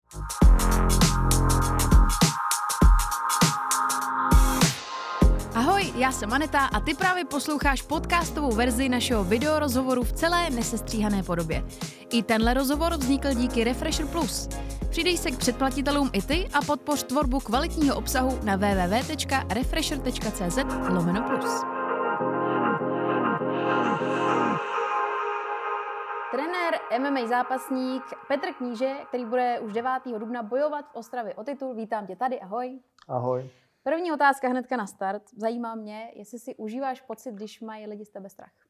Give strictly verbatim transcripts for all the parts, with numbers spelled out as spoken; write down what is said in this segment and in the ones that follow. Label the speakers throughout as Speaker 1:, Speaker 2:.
Speaker 1: Ahoj, já jsem Aneta a ty právě posloucháš podcastovou verzi našeho videorozhovoru v celé nesestříhané podobě. I tenhle rozhovor vznikl díky Refresher Plus. Přidej se k předplatitelům i ty a podpoř tvorbu kvalitního obsahu na w w w tečka refresher tečka c z lomeno plus. Trenér, M M A zápasník Petr Kníže, který bude už devátého dubna bojovat v Ostravě o titul. Vítám tě tady, ahoj.
Speaker 2: Ahoj.
Speaker 1: První otázka hnedka na start. Zajímá mě, jestli si užíváš pocit, když mají lidi z tebe strach.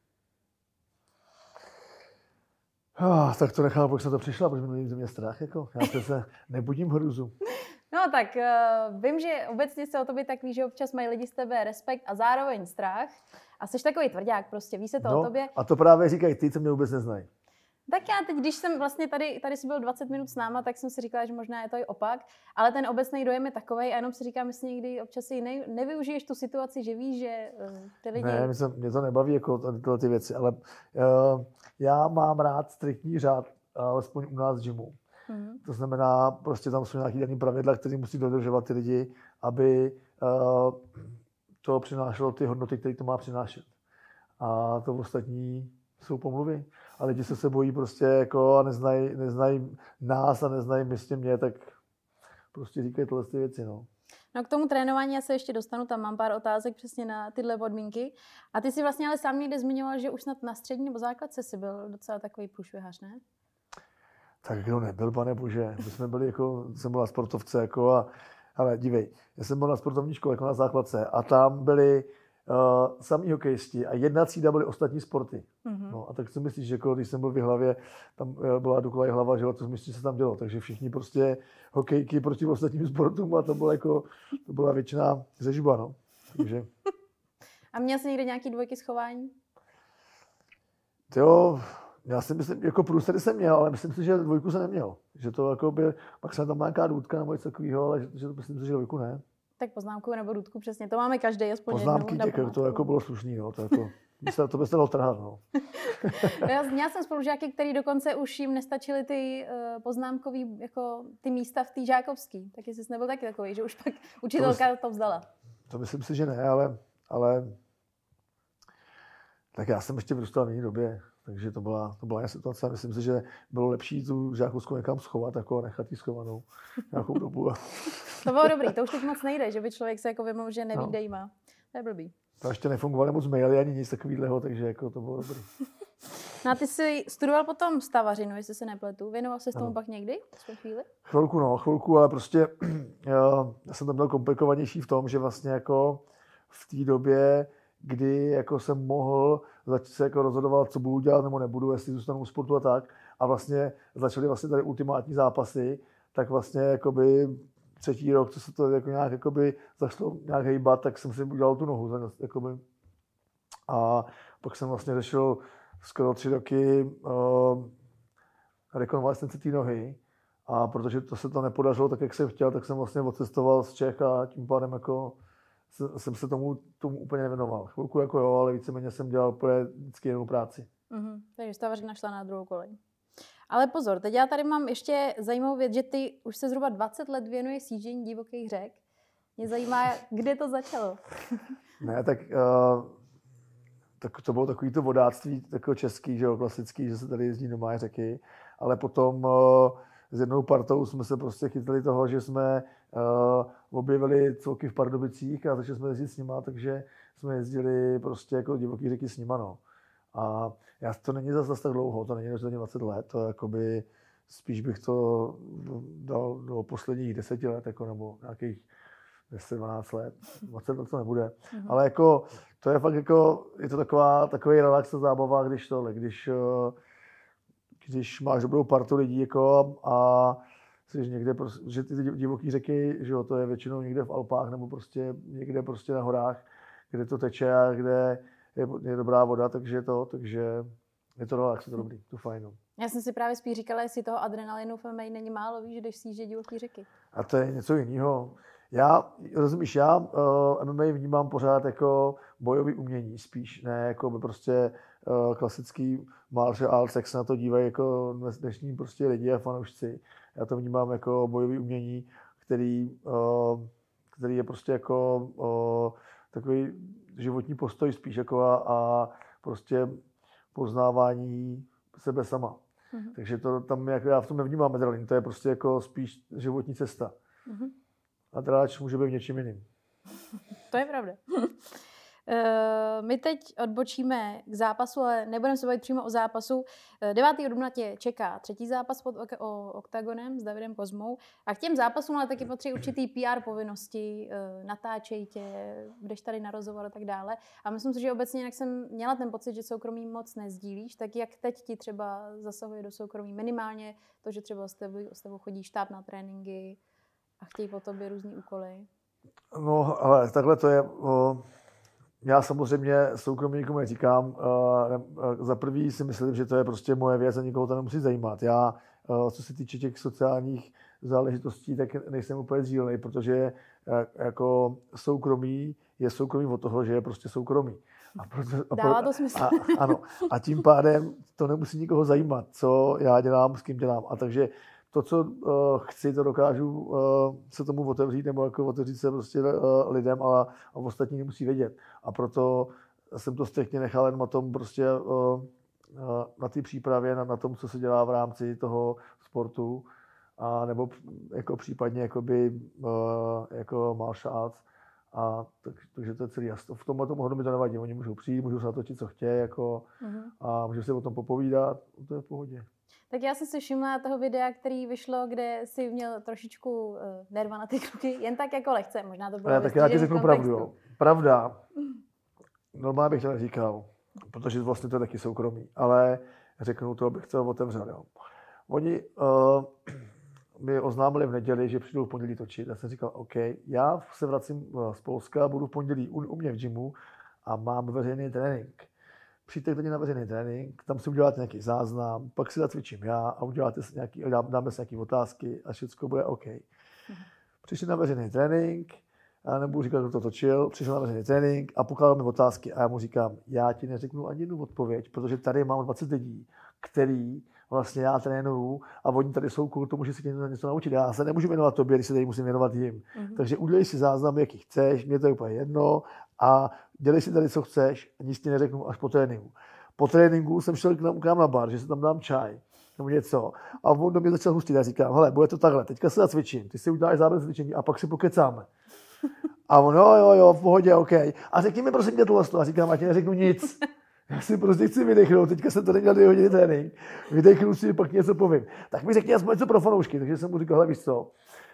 Speaker 2: Oh, tak to nechám, pokud jsem to přišla, protože mi ze mě strach. Jako. Já přece nebudím hruzu.
Speaker 1: No tak uh, vím, že obecně se o tobě tak ví, že občas mají lidi z tebe respekt a zároveň strach. A jsi takový tvrdák prostě, ví se to
Speaker 2: no,
Speaker 1: o tobě.
Speaker 2: A to právě říkají ty, co mě vůbec neznají.
Speaker 1: Tak já teď, když jsem vlastně tady, tady jsi byl dvacet minut s náma, tak jsem si říkala, že možná je to i opak, ale ten obecný dojem je takovej a jenom si říkám, jestli někdy občas i ne, nevyužiješ tu situaci, že víš, že ty lidi...
Speaker 2: Ne, mě, se, mě to nebaví jako tyhle ty věci, ale uh, já mám rád striktní řád, alespoň u nás v gymu. Mm. To znamená, prostě tam jsou nějaké dané pravidla, které musí dodržovat ty lidi, aby uh, to přinášelo ty hodnoty, které to má přinášet. A to ostatní jsou pomluvy. A lidi se se bojí prostě jako a neznají, neznají nás a neznají myslím mě, tak prostě říkají tyhle ty věci. No.
Speaker 1: No k tomu trénování já se ještě dostanu, tam mám pár otázek přesně na tyhle podmínky. A ty si vlastně ale sám někde zmiňoval, že už snad na střední nebo základce si byl docela takový průšvihař, ne?
Speaker 2: Tak kdo nebyl, pane bože. My jsme byli jako, jsem byl na sportovce jako a, ale dívej, já jsem byl na sportovní škole jako na základce a tam byli Uh, samý hokejisti a jedna třída byly ostatní sporty. Mm-hmm. No a tak si myslíš, že jako, když jsem byl v Jihlavě, tam uh, byla dokola hlava, že to myslíš, co se tam dělo. Takže všichni prostě hokejky proti ostatním sportům a to byla jako, to byla většina řežba, no. Takže...
Speaker 1: A měl jsi někde nějaký dvojky schování?
Speaker 2: Jo, já si myslím, jako průsery jsem měl, ale myslím si, že dvojku jsem neměl. Že to jako by, pak jsem tam nějaká důdka nebo něco takového, ale že, že to myslím si, že dvojku ne.
Speaker 1: Tak poznámku nebo důdku, přesně. To máme každý, aspoň
Speaker 2: poznámky
Speaker 1: jednou.
Speaker 2: Poznámky, to jako bylo slušný, no. To, jako, to by se dalo trhat, no.
Speaker 1: Já měla jsem spolužáky, který dokonce už jim nestačily ty uh, poznámkový, jako ty místa v té žákovský. Tak jestli jsi nebyl taky takový, že už pak učitelka to, to vzdala.
Speaker 2: To myslím si, že ne, ale, ale tak já jsem ještě vyrůstal v jiné době, takže to byla, to byla situace. Myslím si, že bylo lepší tu žákovskou někam schovat, jako nechat ji schovanou nějakou dobu.
Speaker 1: To bylo dobrý, to už teď moc nejde, že by člověk se jako vymluvil, že neví,
Speaker 2: no.
Speaker 1: kde jí má. To je blbý.
Speaker 2: To ještě nefungovaly moc maily ani nic takového, takže jako to bylo dobrý.
Speaker 1: No a ty jsi studoval potom stavařinu, jestli se nepletu. Věnoval jsi s tomu
Speaker 2: ano.
Speaker 1: Pak někdy? Svou chvíli?
Speaker 2: Chvilku, no, chvilku, ale prostě já, já jsem tam byl komplikovanější v tom, že vlastně jako v té době, kdy jako jsem mohl začít se jako rozhodovat, co budu dělat nebo nebudu, jestli zůstanu u sportu a tak. A vlastně začaly vlastně tady ultimátní zápasy, tak vlastně jakoby třetí rok, co se to jako nějak jakoby začalo nějak hejbat, tak jsem si udělal tu nohu. Jakoby. A pak jsem vlastně řešil skoro tři roky uh, rekonvalescenci té nohy. A protože to se to nepodařilo tak, jak jsem chtěl, tak jsem vlastně odcestoval z Čech a tím pádem jako jsem se tomu, tomu úplně nevěnoval. Chvilku jako jo, ale víceméně jsem dělal vždycky jinou práci.
Speaker 1: Mm-hmm. Takže stavařina šla na druhou kolej. Ale pozor, teď já tady mám ještě zajímavou věc, že ty už se zhruba dvacet let věnuješ sjíždění divokých řek. Mě zajímá, kde to začalo.
Speaker 2: Ne, tak, uh, tak to bylo takový to vodáctví takový český, že jo, klasický, že se tady jezdí do moje řeky, ale potom uh, s jednou partou jsme se prostě chytli toho, že jsme uh, objevili celky v Pardubicích a začali jsme jezdit s nima, takže jsme jezdili prostě jako divoký řeky s nima, no. A já, to není zase, zase tak dlouho, to není rozhodně dvacet let, to jakoby spíš bych to dal do posledních deseti let, jako, nebo nějakých deset dvanáct let, dvacet let to nebude. Mm-hmm. Ale jako, to je fakt jako, je to taková, takový relax a zábava, když tohle, když, když máš dobrou partu lidí, jako, a jsi někde, že ty divoký řeky, že jo, to je většinou někde v Alpách, nebo prostě někde prostě na horách, kde to teče a kde je, je dobrá voda, takže to, takže je to relax, je to dobrý, to fajn. No.
Speaker 1: Já jsem si právě spíš říkala, jestli toho adrenalinu v M M A není málo, víš, že jdeš sjíždět divoký řeky.
Speaker 2: A to je něco jiného. Já, rozumíš, já uh, M M A vnímám pořád jako bojový umění spíš, ne jako by prostě uh, klasický martial arts, jak se na to dívají jako dnešní prostě lidi a fanoušci. Já to vnímám jako bojové umění, který, uh, který je prostě jako uh, takový životní postoj spíš jako a, a prostě poznávání sebe sama. Mm-hmm. Takže to tam, jako já v tom nevnímám adrenalin, to je prostě jako spíš životní cesta. Mm-hmm. A dráč může být něčím jiným.
Speaker 1: To je pravda. My teď odbočíme k zápasu, ale nebudeme se bavit přímo o zápasu. devátého dubna tě čeká třetí zápas pod oktagonem s Davidem Kozmou. A k těm zápasům ale taky patří určitý P R povinnosti, natáčej tě, jdeš tady na rozhovor a tak dále. A myslím si, že obecně, jak jsem měla ten pocit, že soukromí moc nezdílíš, tak jak teď ti třeba zasahuje do soukromí minimálně to, že třeba s tebou, s tebou chodí štáb na tréninky a chtějí po tobě různý úkoly?
Speaker 2: No, ale takhle to je... O... Já samozřejmě soukromí nikomu neříkám. Za prvý si myslím, že to je prostě moje věc a nikoho to nemusí zajímat. Já, co se týče těch sociálních záležitostí, tak nejsem úplně sdílený, protože jako soukromí je soukromí od toho, že je prostě soukromí. A proto, a
Speaker 1: Dává to smysl.
Speaker 2: A, ano. A tím pádem to nemusí nikoho zajímat, co já dělám, s kým dělám. A takže to, co uh, chci, to dokážu uh, se tomu otevřít, nebo jako otevřít se prostě uh, lidem, a, a ostatní nemusí vědět. A proto jsem to striktně nechal jen na tom prostě uh, uh, na té přípravě, na, na tom, co se dělá v rámci toho sportu, a nebo jako případně jakoby, uh, jako martial arts. A tak, takže to je celý jasno. V tomhle tomu hodu mi to nevadí. Oni můžou přijít, můžou se natočit, co chtějí, jako, uh-huh. a můžou si o tom popovídat. To je v pohodě.
Speaker 1: Tak já jsem si všimla toho videa, který vyšlo, kde jsi měl trošičku uh, nerva na ty kluky, jen tak jako lehce, možná to bylo
Speaker 2: ne, tak já ti řeknu pravdu, jo. Pravda, normálně bych to neříkal, protože vlastně to je taky soukromí, ale řeknu to, abych to otevřel, jo. Oni uh, mi oznámili v neděli, že přijdou v pondělí točit. Já jsem říkal, OK, já se vracím z Polska, budu v pondělí u, u mě v gymu a mám veřejný trénink. Přijďte klidně na veřejný trénink, tam si uděláte nějaký záznam, pak si zacvičím já a uděláte si nějaký, dáme si nějaké otázky a všechno bude OK. Mhm. Přišli na veřejný trénink, já nebudu říkat, kdo to točil, přišel na veřejný trénink a pokládal mi otázky a já mu říkám, já ti neřeknu ani jednu odpověď, protože tady mám dvacet lidí, který vlastně já trénuju a oni tady jsou kvůli tomu, že si něco, něco naučit. Já se nemůžu věnovat tobě, když se tady musím věnovat jim. Mm-hmm. Takže udělej si záznam, jaký chceš, mě to je úplně jedno a dělej si tady, co chceš a nic ti neřeknu až po tréninku. Po tréninku jsem šel k nám, k nám na bar, že si tam dám čaj nebo něco a on do mě začal hustit. Já říkám, hele, bude to takhle, teďka se zacvičím, ty si uděláš záběr cvičení a pak si pokecáme. A on, jo, jo, jo, v pohodě, OK. A řekni mi prosím mě tohle, a říkám, já ti neřeknu nic. Já si prostě chci vydechnout, teďka jsem tady měl dvě hodiny trénink, vydechnu si, pak něco povím. Tak mi řekni aspoň něco pro fanoušky, takže jsem mu říkal, hele, víš co,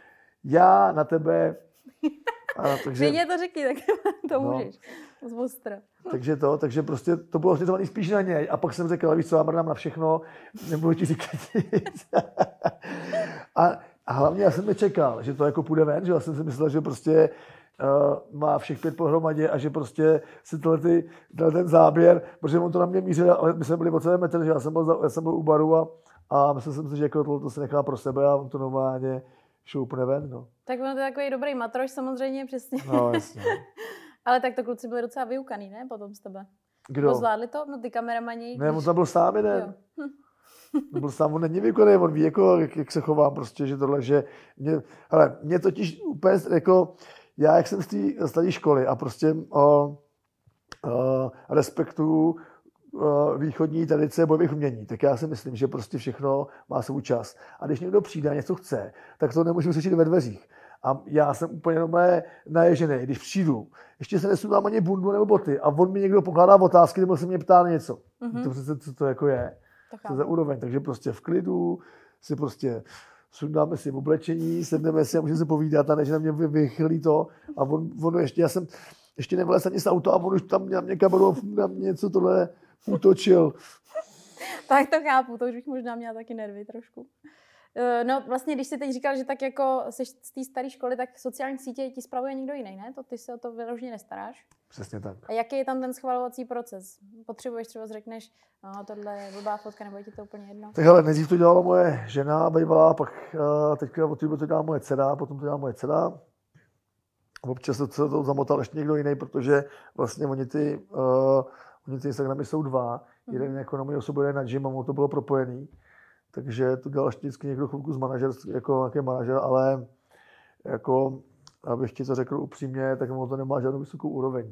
Speaker 2: já na tebe... A, takže,
Speaker 1: mě to řekni, tak to
Speaker 2: no,
Speaker 1: můžeš, z ostra.
Speaker 2: Takže to, takže prostě to bylo směřované spíš na něj. A pak jsem řekl, víš co, já mrdám na všechno, nebudu ti říkat nic. a, a hlavně já jsem nečekal, že to jako půjde ven, že já jsem si myslel, že prostě Uh, má všech pět pohromadě a že prostě si tohle ty, ten záběr, protože on to na mě mířil, ale my jsme byli o celé metr, že já jsem byl, za, já jsem byl u baru a, a myslel jsem si, že jako tohle to se nechá pro sebe a on to normálně šoupne ven. No.
Speaker 1: Tak on to je takový dobrý matroš samozřejmě, přesně.
Speaker 2: No, jasně.
Speaker 1: Ale tak to kluci byli docela vyukaný, ne, potom z tebe?
Speaker 2: Kdo?
Speaker 1: Zvládli to? No ty kameramani.
Speaker 2: Ne, on tam byl sám jeden. On byl sám, on není vyukaný, on ví, jako, jak, jak se chovám prostě, že tohle, že mě, hele, mě totiž úplně jako já, jak jsem z té staré školy a prostě o, o, respektuju o, východní tradice bojových umění, tak já si myslím, že prostě všechno má svůj čas. A když někdo přijde a něco chce, tak to nemůžu řešit ve dveřích. A já jsem úplně normálně naježený, když přijdu. Ještě se nesundám ani bundu nebo boty a on mi někdo pokládá otázky, nebo se mě ptá na něco. Mm-hmm. To přece, co to jako je. To je za úroveň. Takže prostě v klidu si prostě sundáme si v oblečení, sedneme si a můžeme se povídat a než na mě vychylí to. A on, on ještě, já jsem ještě nevlez ani z auta a on už tam na mě kamerou na mě něco tohle útočil.
Speaker 1: Tak to chápu, to už bych možná měla taky nervy trošku. No vlastně, když jsi teď říkal, že tak jako jsi z té staré školy, tak sociální sítě ti spravuje někdo jiný, ne? To ty se o to vyloženě nestaráš.
Speaker 2: Přesně tak.
Speaker 1: A jaký je tam ten schvalovací proces? Potřebuješ třeba řekneš, no tohle je blbá fotka, nebo je ti to úplně jedno?
Speaker 2: Tak hele, nejdřív to dělala moje žena, bývalá, pak uh, teďka od té doby to dělala moje dcera, potom to dělala moje dcera. Občas se to zamotal ještě někdo jiný, protože vlastně oni ty, uh, oni ty Instagramy jsou dva. Mm. Jeden jako na moji osobu, jeden na gym, a to bylo propojený. takže to dělal vždycky někdo chvilku z manažer, jako nějaký manažer, ale jako, abych ti to řekl upřímně, tak on to nemá žádnou vysokou úroveň.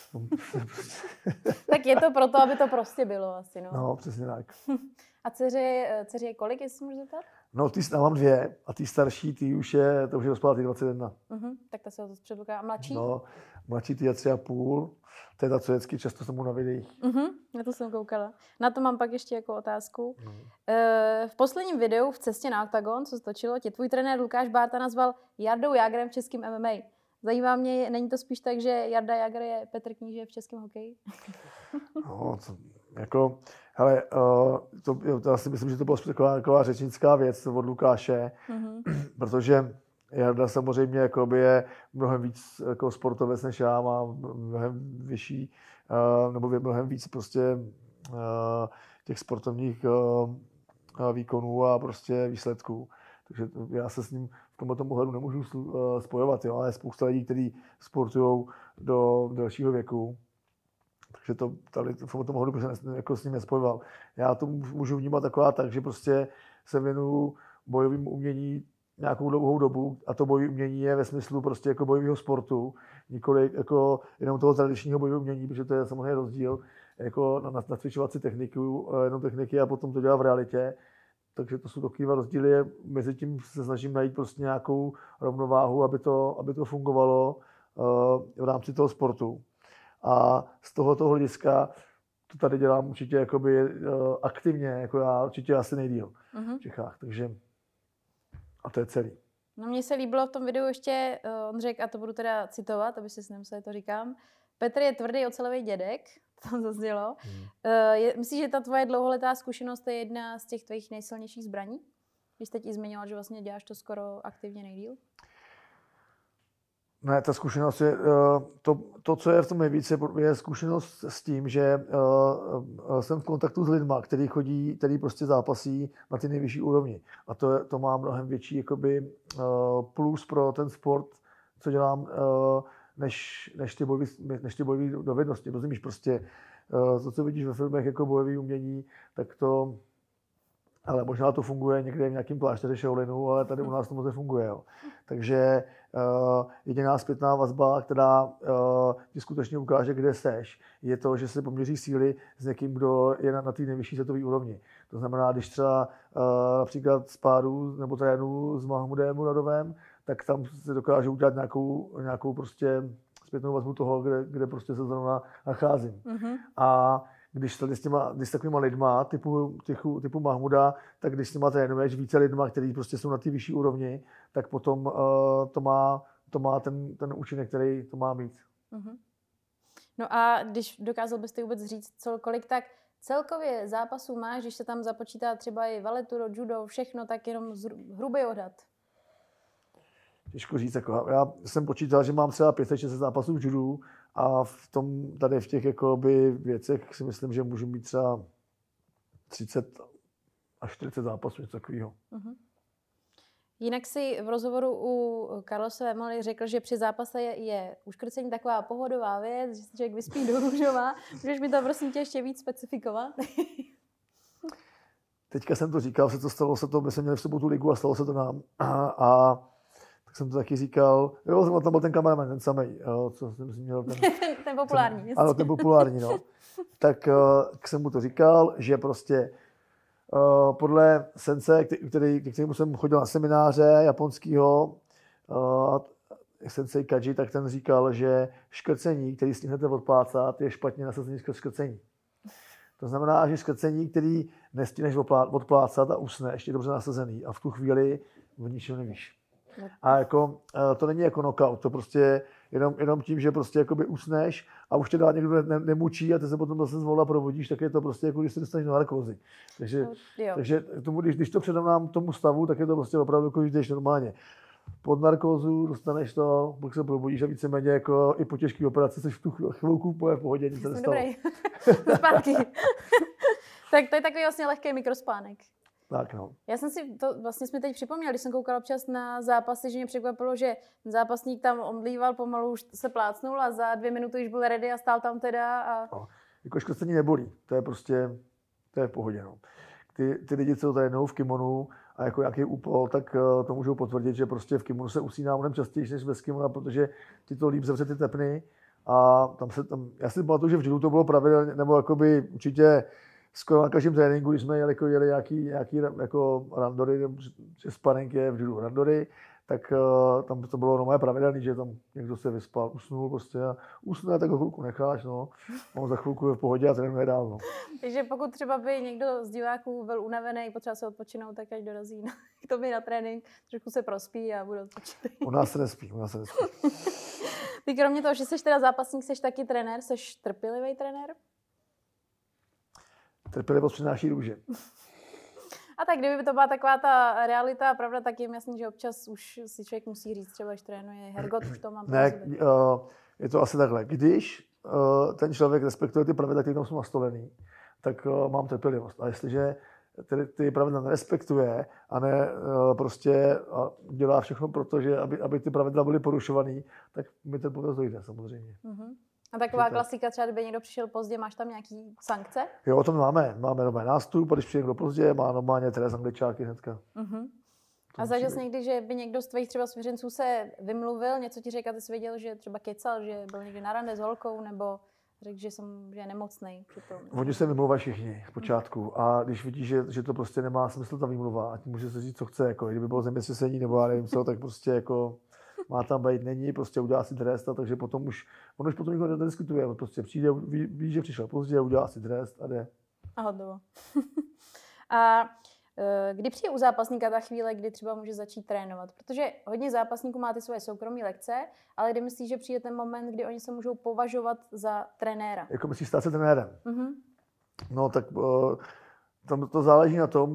Speaker 1: Tak je to proto, aby to prostě bylo asi, no.
Speaker 2: No, přesně tak.
Speaker 1: A dceři, dceři je kolik, jestli můžu zeptat?
Speaker 2: No, ty já mám dvě a ty starší, ty už je, to už je dospělá, ty dvacet jedna.
Speaker 1: Uh-huh, tak ta se o to předpokládá. A mladší?
Speaker 2: No, mladší ty je tři a půl, to je ta, co vždycky často jsem mu na videích.
Speaker 1: Uh-huh, na to jsem koukala. Na to mám pak ještě jako otázku.
Speaker 2: No.
Speaker 1: E, v posledním videu v cestě na Octagon, co se točilo, tě tvůj trenér Lukáš Bárta nazval Jardou Jágrem v českém M M A. Zajímá mě, není to spíš tak, že Jarda Jágr je Petr Kníže v českém hokeji?
Speaker 2: No, co, jako, hele, uh, to, to, já si myslím, že to byla taková, taková řečnická věc od Lukáše, mm-hmm. protože Jarda samozřejmě jakoby je mnohem víc jako sportovec než já, má mnohem vyšší, uh, nebo mnohem víc prostě uh, těch sportovních uh, výkonů a prostě výsledků. Takže já se s ním v tomto ohledu nemůžu spojovat, jo, ale je spousta lidí, kteří sportují do dalšího věku. Takže to tady v tom ohledu bych se jako s ním nespojoval. Já to můžu vnímat taková tak, že prostě se věnuju bojovému umění nějakou dlouhou dobu a to bojové umění je ve smyslu prostě jako bojového sportu, nikoli jako jenom toho tradičního bojového umění, protože to je samozřejmě rozdíl, jako nacvičovat si techniku, jenom techniky a potom to dělat v realitě. Takže to jsou takové rozdíly. Mezi tím se snažím najít prostě nějakou rovnováhu, aby to, aby to fungovalo uh, v rámci toho sportu. A z tohoto hlediska to tady dělám určitě jakoby, uh, aktivně, jako já určitě asi nejdýl uh-huh. v Čechách. Takže a to je celý.
Speaker 1: No mně se líbilo v tom videu ještě, uh, on řekl, a to budu teda citovat, aby si nemysleli, to říkám, Petr je tvrdý ocelový dědek, to tam zaznělo. Hmm. Uh, je, myslíš, že ta tvoje dlouholetá zkušenost je jedna z těch tvých nejsilnějších zbraní? Když jste ti zmiňoval, že vlastně děláš to skoro aktivně nejdýl?
Speaker 2: Ne, ta zkušenost je, to, to co je v tom nejvíce, je zkušenost s tím, že uh, jsem v kontaktu s lidma, který chodí, který prostě zápasí na ty nejvyšší úrovni. A to, to má mnohem větší jakoby, uh, plus pro ten sport, co dělám, uh, než, než ty bojové než ty bojové dovednosti. Rozumíš, prostě uh, to, co vidíš ve filmech jako bojové umění, tak to, ale možná to funguje někde v nějakém pláštěře Shaolinu, ale tady u nás to moc nefunguje. Jo. Takže uh, jediná zpětná vazba, která uh, ti skutečně ukáže, kde seš, je to, že se poměří síly s někým, kdo je na, na té nejvyšší světové úrovni. To znamená, když třeba uh, například spáru nebo trénu s Mahmudem Muradovem, tak tam se dokáže udělat nějakou, nějakou prostě zpětnou vazbu toho, kde, kde prostě se zrovna nacházím. Mm-hmm. A když tady s, těma, když s takovýma lidma typu, typu, typu Mahmuda, tak když s nima trénuješ více lidma, kteří prostě jsou na té vyšší úrovni, tak potom uh, to má, to má ten, ten účinek, který to má mít.
Speaker 1: Mm-hmm. No a když dokázal byste vůbec říct co, kolik tak celkově zápasů máš, když se tam započítá třeba i valeturo, judo, všechno, tak jenom hrubý odhad.
Speaker 2: Těžko říct, jako já jsem počítal, že mám třeba pět set šest set zápasů v judu a v tom, tady v těch jakoby věcech si myslím, že můžu mít třeba třicet až čtyřicet zápasů, něco takového. Uh-huh.
Speaker 1: Jinak si v rozhovoru u Carlose Vemely řekl, že při zápase je, je uškrcení taková pohodová věc, že se člověk vyspí do růžova. Můžeš mi to prosím tě ještě víc specifikovat?
Speaker 2: Teďka jsem to říkal, se to stalo se to, my jsme měli v sobotu ligu a stalo se to nám. A, a tak jsem to taky říkal, jo, tam byl ten kameraman, ten samej, jo, co jsem měl ten...
Speaker 1: ten populární.
Speaker 2: Ten, ano, ten populární, no. Tak uh, jsem mu to říkal, že prostě uh, podle sence, který, k kterému jsem chodil na semináře japonského, uh, sensei Kaji, tak ten říkal, že škrcení, který stihnete odplácat, je špatně nasazený škrcení. To znamená, že škrcení, který nestihneš odplácat a usneš, je dobře nasazený a v tu chvíli v ničem nevíš. A jako, to není jako knockout, to prostě jenom, jenom tím, že prostě jakoby usneš a už tě dál někdo ne, nemučí a ty se potom zase zvolna provodíš, tak je to prostě jako, když se dostaneš do narkózy. Takže, no, takže tomu, když, když to předám tomu stavu, tak je to prostě opravdu jako, když jdeš normálně pod narkózu, dostaneš to, pak se probudíš a víceméně jako i po těžké operaci jsi v tu chvilku v pohodě, nic se nestalo.
Speaker 1: Dobrý, zpátky. Tak to je takový vlastně lehký mikrospánek.
Speaker 2: Tak no.
Speaker 1: Já jsem si to vlastně jsme teď připomněl, když jsem koukala občas na zápasy, že mě překvapilo, že zápasník tam omdlíval, pomalu už se plácnul a za dvě minuty už byl ready a stál tam teda. A...
Speaker 2: No, jako škrcení nebolí, to je prostě, to je v pohodě. No. ty, ty lidi, co trénují v kimonu a jako jaký úpol, tak uh, to můžou potvrdit, že prostě v kimonu se usíná mnohem častěji než bez kimona, protože ti to líp zavře ty tepny. A tam se tam, já si pamatuju, že v judu to bylo pravidelně, nebo jakoby určitě skoro na každém tréninku, když jsme jeli, jako jeli nějaký, nějaký jako randory, že sparring je v judu randory, tak uh, tam to bylo normálně pravidelný, že tam někdo se vyspal, usnul prostě a usnul, tak ho chvilku necháš, no. On za chvilku je v pohodě a trénuje dál, no.
Speaker 1: Takže pokud třeba by někdo z diváků byl unavený, potřeba se odpočinout, tak ať dorazí na, k tobě na trénink, trošku se prospí a bude odpočinout.
Speaker 2: U nás se nespí, u nás se nespí.
Speaker 1: Ty kromě toho, že jsi teda zápasník, jsi taky trenér, jsi trpělivý trenér?
Speaker 2: Trpělivost přináší růže.
Speaker 1: A tak kdyby to byla taková ta realita a pravda, tak je jasný, že občas už si člověk musí říct, třeba když trénuje Hergot, už to mám.
Speaker 2: Ne, uh, je to asi takhle. Když uh, ten člověk respektuje ty pravidla, které tam jsou nastolený, tak uh, mám trpělivost. A jestliže ty, ty pravidla nerespektuje a ne uh, prostě uh, dělá všechno pro to, že aby, aby ty pravidla byly porušované, tak mi trpělivost dojde samozřejmě.
Speaker 1: Uh-huh. A taková klasika, třeba kdyby někdo přišel pozdě, máš tam nějaký sankce?
Speaker 2: Jo, o tom máme. Máme normální nástup, a když přijde někdo pozdě, má normálně Tereza Angličáky hnedka.
Speaker 1: Uh-huh. A zažil jsi někdy, že by někdo z tvých třeba svěřenců se vymluvil, něco ti řekl a ty jsi věděl, že třeba kecal, že byl někdy na rande s holkou, nebo řekl, že, jsem, že je nemocnej přitom?
Speaker 2: Oni se vymluvají všichni v počátku a když vidíš, že, že to prostě nemá smysl ta výmluva, ať může se říct, co chce, jako kdyby bylo zemětřesení nebo já nevím co, tak prostě jako má tam být, není, prostě udělá si trest, a takže potom už, on už potom nikdo nediskutuje, on prostě přijde, ví, ví, že přišel pozdě, udělá si trest a jde.
Speaker 1: A hotovo. A kdy přijde u zápasníka ta chvíle, kdy třeba může začít trénovat? Protože hodně zápasníků má ty svoje soukromé lekce, ale kdy myslíš, že přijde ten moment, kdy oni se můžou považovat za trenéra?
Speaker 2: Jako myslíš stát se trenérem?
Speaker 1: Mm-hmm.
Speaker 2: No tak uh, tam to záleží na tom, uh,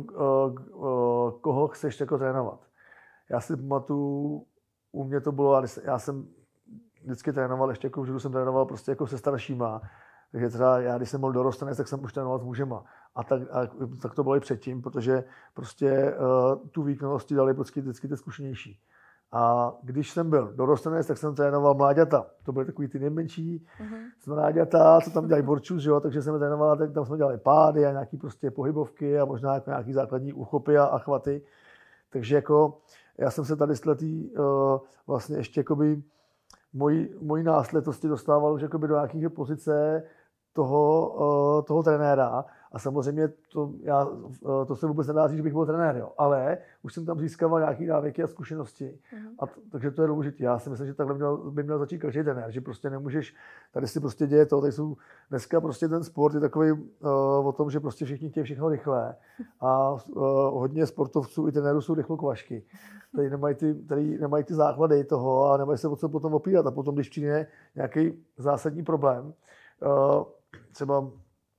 Speaker 2: uh, koho chceš jako trénovat. Já si pamatuju, u mě to bylo, já jsem vždycky trénoval, ještě jako v judu jsem trénoval prostě jako se staršíma. Takže třeba já, když jsem byl dorostenec, tak jsem už trénoval s mužema. A tak, a tak to bylo i předtím, protože prostě uh, tu výkonnosti dali vždycky, vždycky ty zkušenější. A když jsem byl dorostenec, tak jsem trénoval mláďata. To byly takový ty nejmenší mm-hmm. mláďata, co tam dělají borčus, že jo? Takže jsem trénoval, tak tam jsme dělali pády a nějaký prostě pohybovky a možná jako nějaký základní úchopy a, a chvaty. Takže jako já jsem se tady z letý uh, vlastně ještě jakoby mojí, mojí následnosti dostával už jakoby do nějaké pozice toho, uh, toho trenéra. A samozřejmě to, já, uh, to se vůbec nedá říct, že bych byl trenér, jo. Ale už jsem tam získával nějaké návyky a zkušenosti. Mm-hmm. A t- takže to je důležité. Já si myslím, že takhle měl, by měl začít každý trenér, že prostě nemůžeš, tady si prostě děje to, tady jsou, dneska prostě ten sport je takový uh, o tom, že prostě všichni chtějí všechno rychle. A uh, hodně sportovců i trenérů jsou rychlokvašky. Tady nemají ty, tady nemají ty základy toho a nemají se o co potom opírat. A potom, když přijde nějaký zásadní problém, uh, třeba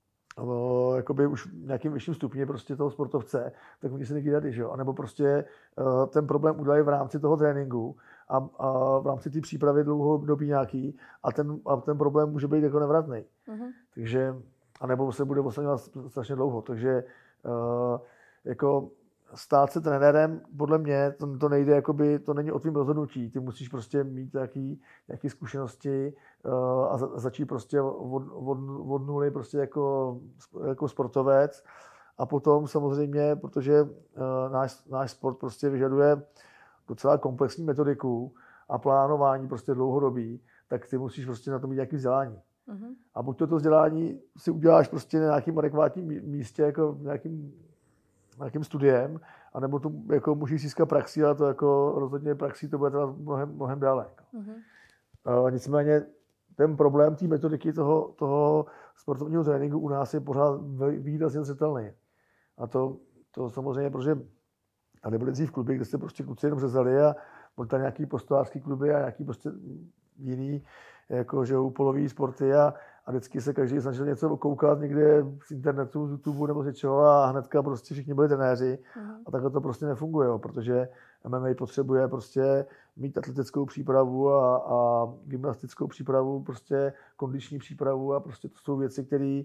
Speaker 2: Uh, jakoby už v nějakým vyšším stupni prostě toho sportovce, tak oni se někdy rady, že jo? A nebo prostě uh, ten problém udělají v rámci toho tréninku a, a v rámci té přípravy dlouhodobý nějaký a ten, a ten problém může být jako nevratný. Mm-hmm. Takže, a nebo se bude oslavňovat strašně dlouho. Takže uh, jako stát se trenérem, podle mě, to, to nejde, jakoby, to není o tvým rozhodnutí. Ty musíš prostě mít nějaký, nějaký zkušenosti uh, a za, začít prostě od, od, od nuly prostě jako, jako sportovec. A potom samozřejmě, protože uh, náš, náš sport prostě vyžaduje docela komplexní metodiku a plánování prostě dlouhodobý, tak ty musíš prostě na to mít nějaké vzdělání. Mm-hmm. A buď to, to vzdělání si uděláš prostě na nějakém adekvátním místě, jako nějakým nějakým studiem, anebo to jako můžeš získat praxi, ale to jako rozhodně praxi to bude teda mnohem, mnohem dále. Mm-hmm. Uh, nicméně ten problém té metodiky toho, toho sportovního tréninku u nás je pořád výrazně zřetelný. A to, to samozřejmě, protože tady byly dřív kluby, kde se prostě kluci jenom řezali a byly tam nějaký postolářský kluby a nějaký prostě jiný jako, že úpolový sporty a, a vždycky se každý snažil něco koukat někde z internetu, z YouTube nebo z něčeho a hnedka prostě všichni byli trenéři. Uh-huh. A takhle to prostě nefunguje, jo, protože M M A potřebuje prostě mít atletickou přípravu a, a gymnastickou přípravu, prostě kondiční přípravu a prostě to jsou věci, které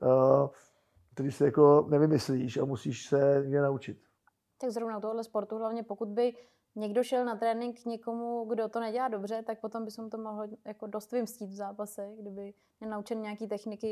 Speaker 2: uh, si jako nevymyslíš a musíš se někde naučit.
Speaker 1: Tak zrovna u tohohle sportu, hlavně pokud by někdo šel na trénink k někomu, kdo to nedělá dobře, tak potom by se mu to mohlo jako dost vymstít v zápase, kdyby měl naučen nějaký techniky,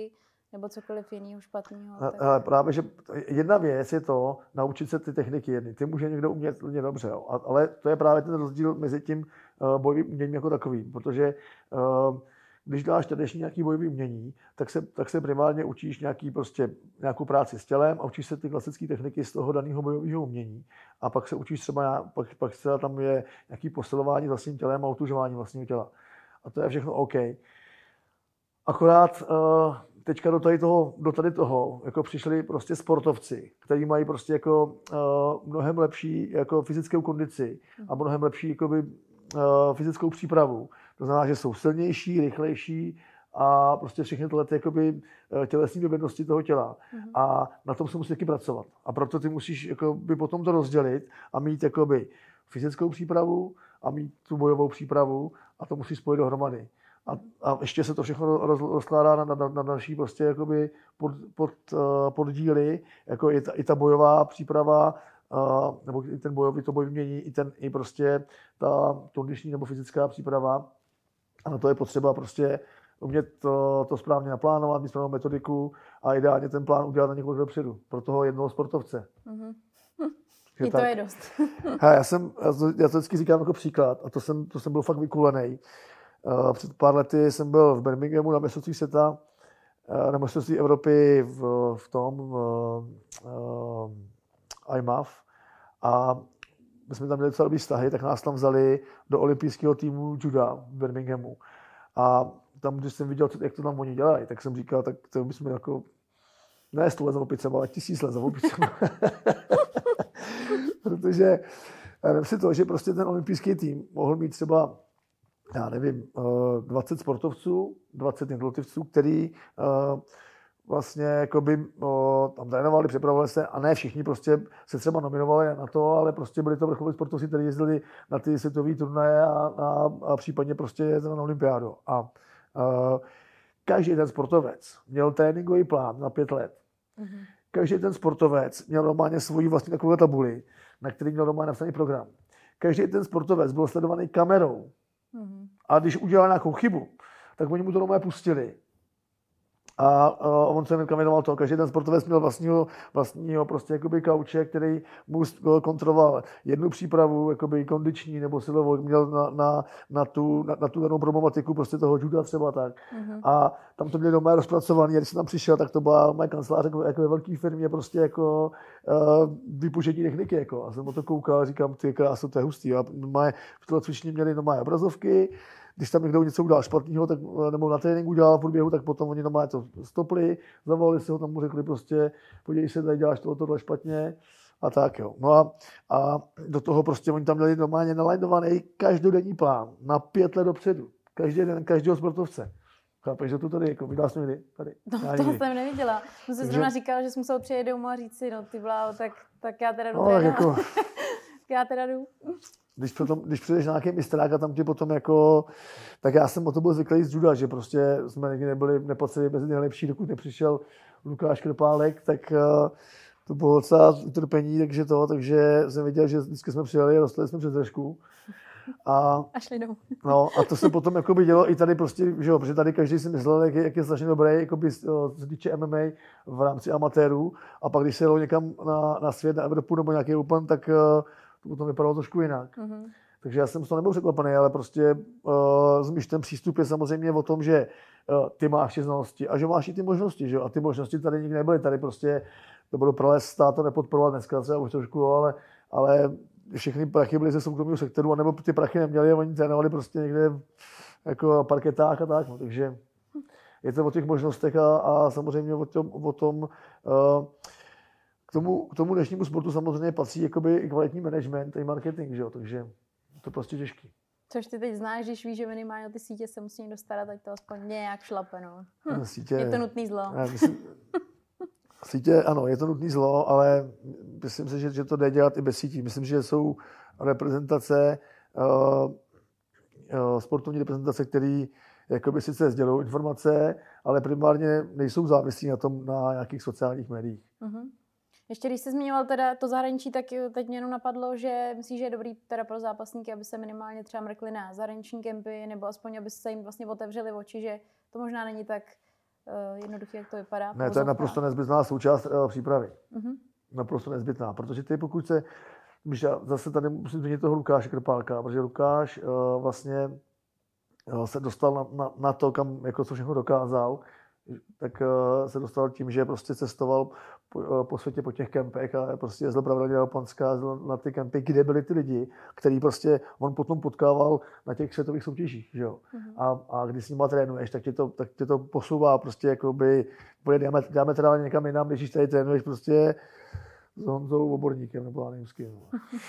Speaker 1: nebo cokoliv jiného špatného.
Speaker 2: Tak... Ale právě, že jedna věc je to naučit se ty techniky jedny. Ty může někdo umět hodně dobře, jo. Ale to je právě ten rozdíl mezi tím uh, bojovým uměním jako takovým, protože uh, když děláš tradiční nějaký bojový umění, tak se, tak se primárně učíš nějaký prostě, nějakou práci s tělem a učíš se ty klasické techniky z toho daného bojového umění. A pak se učíš třeba, pak, pak se tam je nějaký posilování vlastním tělem a utužování vlastního těla. A to je všechno OK. Akorát uh, teďka do tady toho, do tady toho jako přišli prostě sportovci, kteří mají prostě jako uh, mnohem lepší jako fyzickou kondici a mnohem lepší jakoby, uh, fyzickou přípravu. To znamená, že jsou silnější, rychlejší a prostě všechny tyhle jakoby, tělesní dovednosti toho těla. Mm-hmm. A na tom se musí taky pracovat. A proto ty musíš jakoby, potom to rozdělit a mít jakoby, fyzickou přípravu a mít tu bojovou přípravu a to musíš spojit dohromady. A, a ještě se to všechno roz, rozkládá na, na, na další prostě, jakoby, pod, pod, uh, poddíly, jako i ta, i ta bojová příprava, Uh, nebo i ten bojový, to bojový mění, i, ten, i prostě ta kondiční nebo fyzická příprava. A na to je potřeba prostě umět to, to správně naplánovat, mít správnou metodiku a ideálně ten plán udělat na několik dopředu. Pro toho jednoho sportovce.
Speaker 1: Mm-hmm. I tak. To je dost.
Speaker 2: Ha, já, jsem, já, to, já to vždycky říkám jako příklad a to jsem, to jsem byl fakt vykulený. Uh, před pár lety jsem byl v Birminghamu na mistrovství světa, uh, na mistrovství Evropy v, v tom v, uh, I M A F a my jsme tam měli docela dobrý vztahy, tak nás tam vzali do olympijského týmu juda v Birminghamu. A tam, když jsem viděl, jak to tam oni dělají, tak jsem říkal, tak to bychom jako ne sto let za opicema, ale tisíc let za opicema. Protože nevím si to, že prostě ten olympijský tým mohl mít třeba, já nevím, dvacet sportovců, dvacet jednotlivců, který vlastně jakoby, o, tam trénovali, připravovali se a ne všichni prostě se třeba nominovali na to, ale prostě byli to vrcholoví sportovci, kteří jezdili na ty světové turnaje a, a, a případně prostě na olympiádu. A, a každý ten sportovec měl tréninkový plán na pět let. Mm-hmm. Každý ten sportovec měl normálně svoji vlastní takovou tabuli, na který měl normálně napsaný program. Každý ten sportovec byl sledovaný kamerou. Mm-hmm. A když udělal nějakou chybu, tak oni mu to normálně pustili. A, a on se jmenoval to, každý ten sportovec měl vlastního, vlastního prostě jakoby kauče, který mu kontroloval jednu přípravu, jakoby kondiční nebo silovou, měl na, na, na, tu, na, na tu danou problematiku prostě toho juda třeba tak. Mm-hmm. A tam to měli doma rozpracovaný, a když jsem tam přišel, tak to byla moje kancelář jako, jako ve velké firmě prostě jako uh, vypuštění techniky. Jako. A jsem o to koukal a říkám, ty krásu, to je hustý. A moje, v toho cvičení měli doma obrazovky. Když tam někdo něco udělal špatného, tak, nebo na tréninku udělal v průběhu, tak potom oni normálně to stopli, zavolali si ho, tam mu řekli prostě, podívej se, tady děláš tohle, tohle špatně a tak jo. No a, a do toho prostě oni tam měli normálně nalajnovaný každodenní plán na pět let dopředu. Každý den, každého sportovce. Chápeš, že to tady, jako viděla jsi někdy? Tady.
Speaker 1: No, to někdy. Jsem neviděla. Jsem si zrovna říkala, že jsem musel přijet domů a říct si, no ty bláho, tak, tak já teda jdu
Speaker 2: no, jako...
Speaker 1: já teda jdu.
Speaker 2: Když, potom, když přijdeš na nějaký mistrák a tam ti potom jako, tak já jsem o to byl zvyklý z juda, že prostě jsme někdy nebyli, nepatřili mezi nejlepší, dokud nepřišel Lukáš Krpálek, tak uh, to bylo docela utrpení, takže to, takže jsem viděl, že vždycky jsme přijeli a dostali jsme přes držku. A,
Speaker 1: a šli domů.
Speaker 2: No a to se potom jakoby dělo i tady prostě, že jo, protože tady každý si myslel, jak je, jak je strašně dobrý, jakoby z týče M M A v rámci amatérů, a pak když se jelo někam na, na svět, na Evropu nebo nějaký Open, tak uh, to potom vypadalo trošku jinak. Mm-hmm. Takže já jsem z toho nebyl překvapený, ale prostě uh, ten přístup je samozřejmě o tom, že uh, ty máš ty znalosti a že máš i ty možnosti, že jo? A ty možnosti tady nikdy nebyly. Tady prostě to bylo pro les, stát to nepodporovat dneska třeba už trošku, jo, ale, ale všechny prachy byly ze soukromého sektoru, anebo ty prachy neměli a oni trénovali prostě někde jako na parketách a tak. No. Takže je to o těch možnostech a, a samozřejmě o tom, o tom uh, K tomu, k tomu dnešnímu sportu samozřejmě patří jakoby i kvalitní management i marketing, že jo? Takže to je prostě těžký.
Speaker 1: Což ty teď znáš, když víš, že minimálně ty sítě se musí někdo starat, ať to aspoň nějak šlape, no.
Speaker 2: Hm. Sítě,
Speaker 1: je to nutný zlo.
Speaker 2: Myslím, sítě, ano, je to nutný zlo, ale myslím si, že, že to jde dělat i bez sítí. Myslím, že jsou reprezentace, uh, uh, sportovní reprezentace, které jakoby sice sdělují informace, ale primárně nejsou závislí na tom, na nějakých sociálních médiích. Uh-huh.
Speaker 1: Ještě když jsi zmiňoval teda to zahraničí, tak teď mě jenom napadlo, že myslíš, že je dobrý teda pro zápasníky, aby se minimálně třeba mrkli na zahraniční kempy, nebo aspoň, aby se jim vlastně otevřeli oči, že to možná není tak uh, jednoduché, jak to vypadá?
Speaker 2: Ne, to je naprosto nezbytná součást uh, přípravy.
Speaker 1: Uh-huh.
Speaker 2: Naprosto nezbytná, protože ty pokud se, když já zase tady musím zmínit toho Lukáše Krpálka, protože Lukáš uh, vlastně uh, se dostal na, na, na to, kam jako co všechno dokázal, tak uh, se dostal tím, že prostě cestoval po, uh, po světě po těch kempech a prostě jezdil pravidelně do Japonska, jezdil na ty kempy, kde byli ty lidi, který prostě on potom potkával na těch světových soutěžích, že jo. Mm-hmm. A, a když s nima trénuješ, tak tě to, tak tě to posouvá prostě jakoby, bude diametrálně někam jinam, když tady trénuješ prostě s Honzou Oborníkem, nebo já nevím s kým.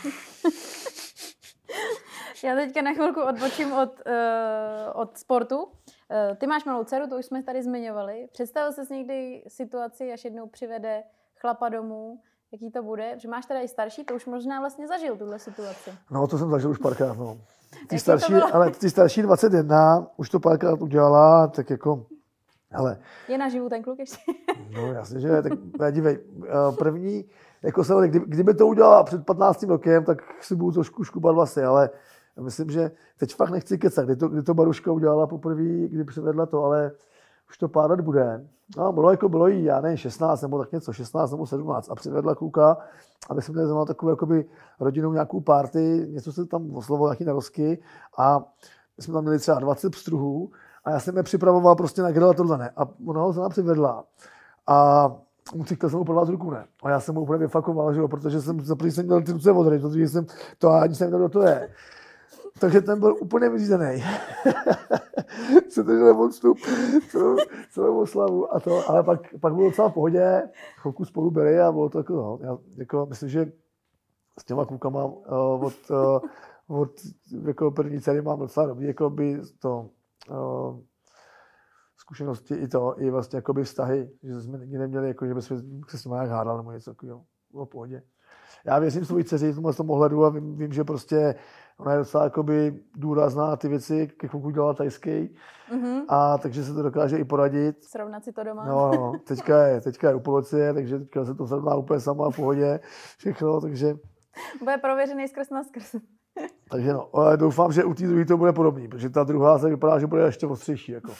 Speaker 1: Já teďka na chvilku odbočím od, uh, od sportu. Uh, ty máš malou dceru, to už jsme tady zmiňovali. Představil jsi někdy situaci, až jednou přivede chlapa domů, jaký to bude? Že máš teda i starší, to už možná vlastně zažil tuhle situaci.
Speaker 2: No, to jsem zažil už párkrát, no. Ty starší, ale ty starší dvacet jedna už to párkrát udělala, tak jako, hele.
Speaker 1: Je naživu ten kluk ještě?
Speaker 2: No, jasně, že tak dívej, první, jako se, kdyby, kdyby to udělala před patnáctým rokem, tak si budu trošku škubat vlasy, ale myslím, že teď fakt nechci kecat, kdy to, kdy to Baruška udělala poprvé, kdy přivedla to, ale už to pár let bude. No, bylo jako bylo jí, já nevím, šestnáct nebo tak něco, šestnáct nebo sedmnáct a přivedla kluka, aby jsme měli takovou jakoby rodinnou nějakou party, něco se tam oslovilo, nějaký narozky a my jsme tam měli třeba dvacet pstruhů a já jsem je připravoval prostě na grill a tohle ne. A ona ho sama přivedla a chtěl jsem mu podvat ruku, ne. A já jsem mu úplně vyfakoval, že jo, protože jsem, zaprvé jsem měl ty ruce odry, protože jsem to ani jsem nevěděl, kdo to je. Takže ten byl úplně vyřízený. Se držel odstup celou, celou oslavu a to, ale pak, pak bylo docela v pohodě, chvilku spolu byli a bylo to jako, no, já jako myslím, že s těma klukama uh, od, uh, od jako první dcery mám docela dobrý, jako by to uh, zkušenosti i to, i vlastně jako by vztahy, že jsme nikdy neměli, jako, že bychom se s nimi nějak hádali nebo něco takového, bylo v pohodě. Já věřím svojí dceři v tomhle tom ohledu a vím, vím, že prostě ona je docela jakoby důrazná na ty věci, ke chvilku dělala tajský, mm-hmm. a takže se to dokáže i poradit.
Speaker 1: Srovnat si to doma.
Speaker 2: No, no, teďka je, teďka je u policie, takže teďka se to srovná úplně sama v pohodě, všechno, takže...
Speaker 1: Bude prověřený skrz na skrz.
Speaker 2: Takže no, doufám, že u té druhé to bude podobný, protože ta druhá se vypadá, že bude ještě ostřejší, jako.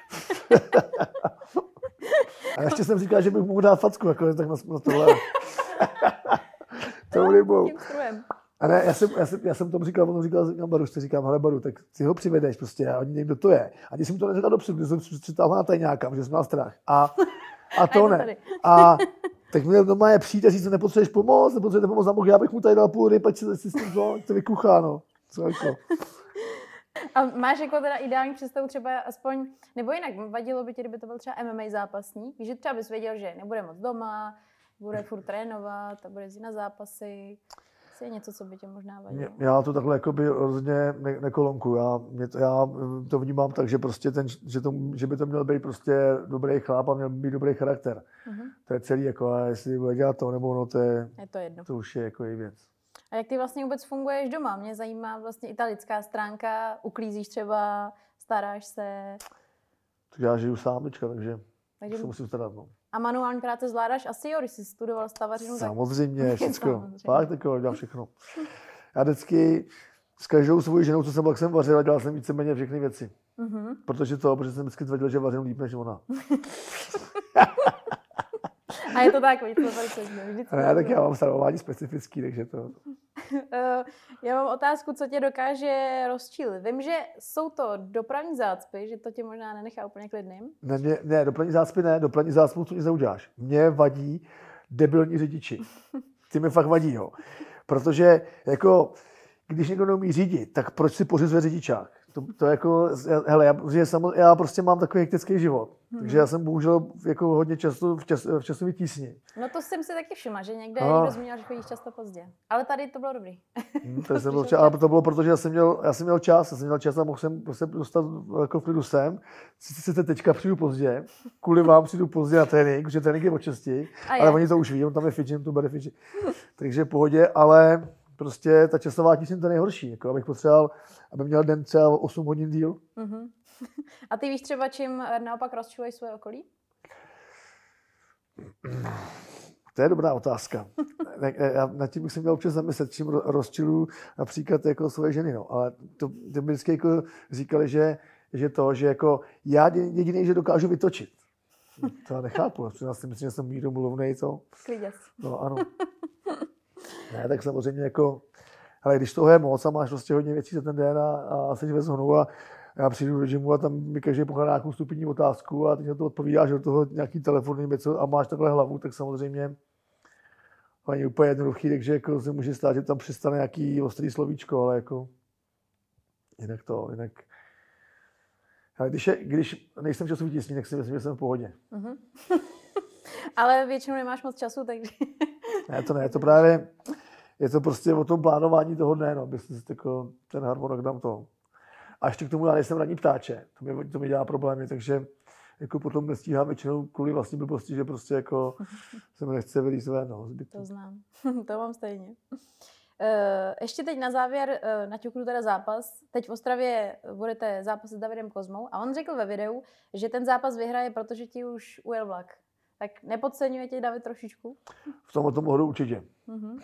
Speaker 2: A ještě jsem říkal, že bych mohl dát facku, jako tak na, na tohle. To rybou. A ne, já jsem, já jsem, já jsem tomu říkal, on říkal, říkám Baru, říkám, hele Baru, tak ty ho přivedeš prostě a oni nevím, kdo to je. Ani jsem to neříkal dopředu, když jsem přitáhl na tajňáka, protože jsem měl strach. A, a to ne. A tak měl doma je přijít a říct, nepotřebuješ pomoc, nepotřebuješ pomoc, a mohl, já bych mu tady dal půl ryb, ať si s tím to, to vykuchá, no. Co jako.
Speaker 1: A máš jako teda ideální představu třeba aspoň, nebo jinak, vadilo by ti, kdyby to byl třeba M M A zápasník, že třeba bys věděl, že nebude moc doma, bude furt trénovat a bude jít na zápasy. Je něco, co by tě možná vadilo?
Speaker 2: Já to takhle jakoby rozhodně ne- nekolonku. Já, mě to, já to vnímám tak, že, prostě ten, že, to, že by to měl být prostě dobrý chlap a měl by být dobrý charakter. Uh-huh. To je celý, jako, a jestli bude dělat to nebo no, to je,
Speaker 1: je to, jedno.
Speaker 2: To už je jako i věc.
Speaker 1: A jak ty vlastně vůbec funguješ doma? Mě zajímá vlastně i ta lidská stránka. Uklízíš třeba, staráš se?
Speaker 2: Tak já žiju sám, lička, takže,
Speaker 1: takže
Speaker 2: se musím starat. No.
Speaker 1: A manuální práce zvládáš asi, jo, když jsi studoval stavařinu?
Speaker 2: Samozřejmě, tak... všechno. Fakt, tak jo, dělám všechno. Já vždycky s každou svou ženou, co jsem byl, jsem vařil a dělal jsem víceméně všechny věci. Mm-hmm. Protože to, protože jsem vždycky tvrdil, že vařím líp než ona.
Speaker 1: A je to tak, víc, to vždycky.
Speaker 2: Já tak já mám stravování specifický, takže to...
Speaker 1: Já mám otázku, co tě dokáže rozčilit. Vím, že jsou to dopravní zácpy, že to tě možná nenechá úplně klidným.
Speaker 2: Ne, ne, ne dopravní zácpy ne, dopravní zácpů co nic neuděláš. Mně vadí debilní řidiči. Ty mi fakt vadí, jo. Protože jako, když někdo neumí řídit, tak proč si pořizuje řidičák? To, to jako, hele, já, já prostě mám takový hektický život, hmm. takže já jsem bohužel jako hodně často v, čas, v časové tísni.
Speaker 1: No to jsem si taky všimla, že někde no. někdo zmínil, že chodíš často pozdě. Ale tady to bylo dobrý.
Speaker 2: Hmm, to jsem byl čas, ale to bylo, protože já jsem měl, já jsem měl čas, já jsem měl čas a mohl jsem se dostat jako v klidu sem. Sice teďka přijdu pozdě, kvůli vám přijdu pozdě na trénink, protože trénink je od šesti, ale oni to už ví, on tam je fidžin, tu bere fidžin. Takže v pohodě, ale prostě ta časová tísň to nejhorší, jako abych potřeboval, aby měl den třeba osm hodin díl. Uh-huh.
Speaker 1: A ty víš třeba, čím naopak rozčiluješ svoje okolí?
Speaker 2: To je dobrá otázka. Já nad tím bych se měl občas zamyslet, čím rozčiluju například jako svoje ženy, no. Ale to, to by vždycky jako říkali, že, že to, že jako já jediný, že dokážu vytočit. To já nechápu, protože já si myslím, že jsem mírumilovnej, co?
Speaker 1: Kliděc.
Speaker 2: No ano. Ne, tak samozřejmě jako, ale když toho je moc a máš prostě hodně věcí za ten den a, a jsi ve zhonu a já přijdu do gymu a tam mi každý pokládá nějakou stupidní otázku a ty na to odpovídáš do toho nějaký telefon něco a máš takhle hlavu, tak samozřejmě to není úplně jednoduchý, takže jako se může stát, že tam přistane nějaký ostrý slovíčko, ale jako jinak to, jinak. Ale když, je, když nejsem časový tísní, tak si myslím, že jsem v pohodě.
Speaker 1: Mm-hmm. Ale většinou nemáš moc času, takže...
Speaker 2: Ne, to ne, to právě je to prostě o tom plánování toho dne, no, aby si jako ten harmonogram toho. A ještě k tomu já nejsem ranní ptáče, to mi, to mi dělá problémy, takže jako potom nestíhám většinou kvůli vlastní blbosti, že prostě jako se mi nechce vylízt ven, no, zbytku.
Speaker 1: To znám, to mám stejně. Ještě teď na závěr naťuknu teda zápas. Teď v Ostravě budete zápasit s Davidem Kozmou a on řekl ve videu, že ten zápas vyhraje, protože ti už ujel vlak. Tak nepodceňuje tě David trošičku?
Speaker 2: V tomhle tomu hodu určitě. Mm-hmm.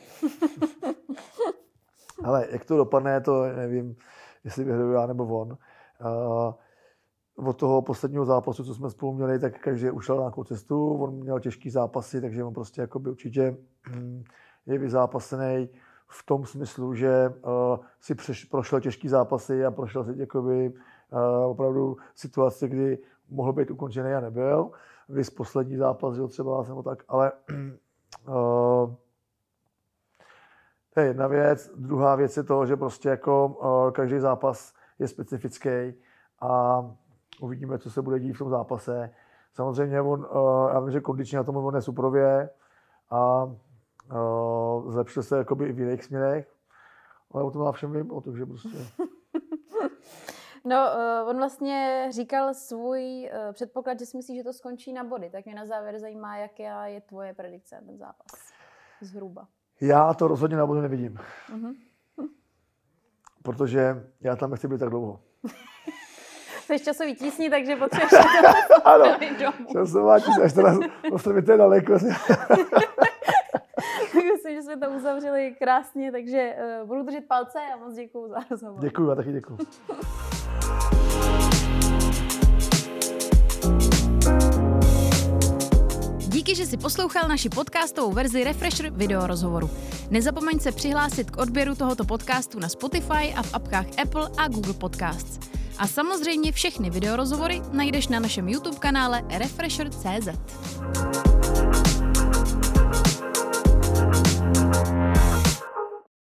Speaker 2: Ale jak to dopadne, to nevím, jestli vyhraju já nebo on. Uh, od toho posledního zápasu, co jsme spolu měli, tak každý ušel na nějakou cestu. On měl těžký zápasy, takže on prostě jakoby určitě mm, je vyzápasený v tom smyslu, že uh, si přeš, prošel těžký zápasy a prošel si jakoby, uh, opravdu situace, kdy mohl být ukončený a nebyl. Vys poslední zápas, že třeba jsem tak, ale uh, to je jedna věc. Druhá věc je to, že prostě jako uh, každý zápas je specifický a uvidíme, co se bude dít v tom zápase. Samozřejmě on, uh, já vím, že kondičně na tom on je suprově a uh, zlepšil se jakoby i v jiných směrech, ale o tom já všem vím, takže prostě...
Speaker 1: No, uh, on vlastně říkal svůj uh, předpoklad, že si myslí, že to skončí na body. Tak mě na závěr zajímá, jaká je tvoje predikce na ten zápas. Zhruba.
Speaker 2: Já to rozhodně na bodu nevidím.
Speaker 1: Uh-huh.
Speaker 2: Protože já tam nechci být tak dlouho.
Speaker 1: Jsi časový tísní, takže potřebuješ
Speaker 2: ano, časová tísní, až teda Ostravě to je daleko.
Speaker 1: Myslím, že jsme to uzavřeli krásně, takže uh, budu držet palce a moc děkuju za rozhovor.
Speaker 2: Děkuju, a taky děkuju.
Speaker 1: Díky, že jsi poslouchal naši podcastovou verzi Refresher video rozhovoru. Nezapomeň se přihlásit k odběru tohoto podcastu na Spotify a v apkách Apple a Google Podcasts. A samozřejmě všechny videorozhovory najdeš na našem YouTube kanále Refresher tečka cé zet.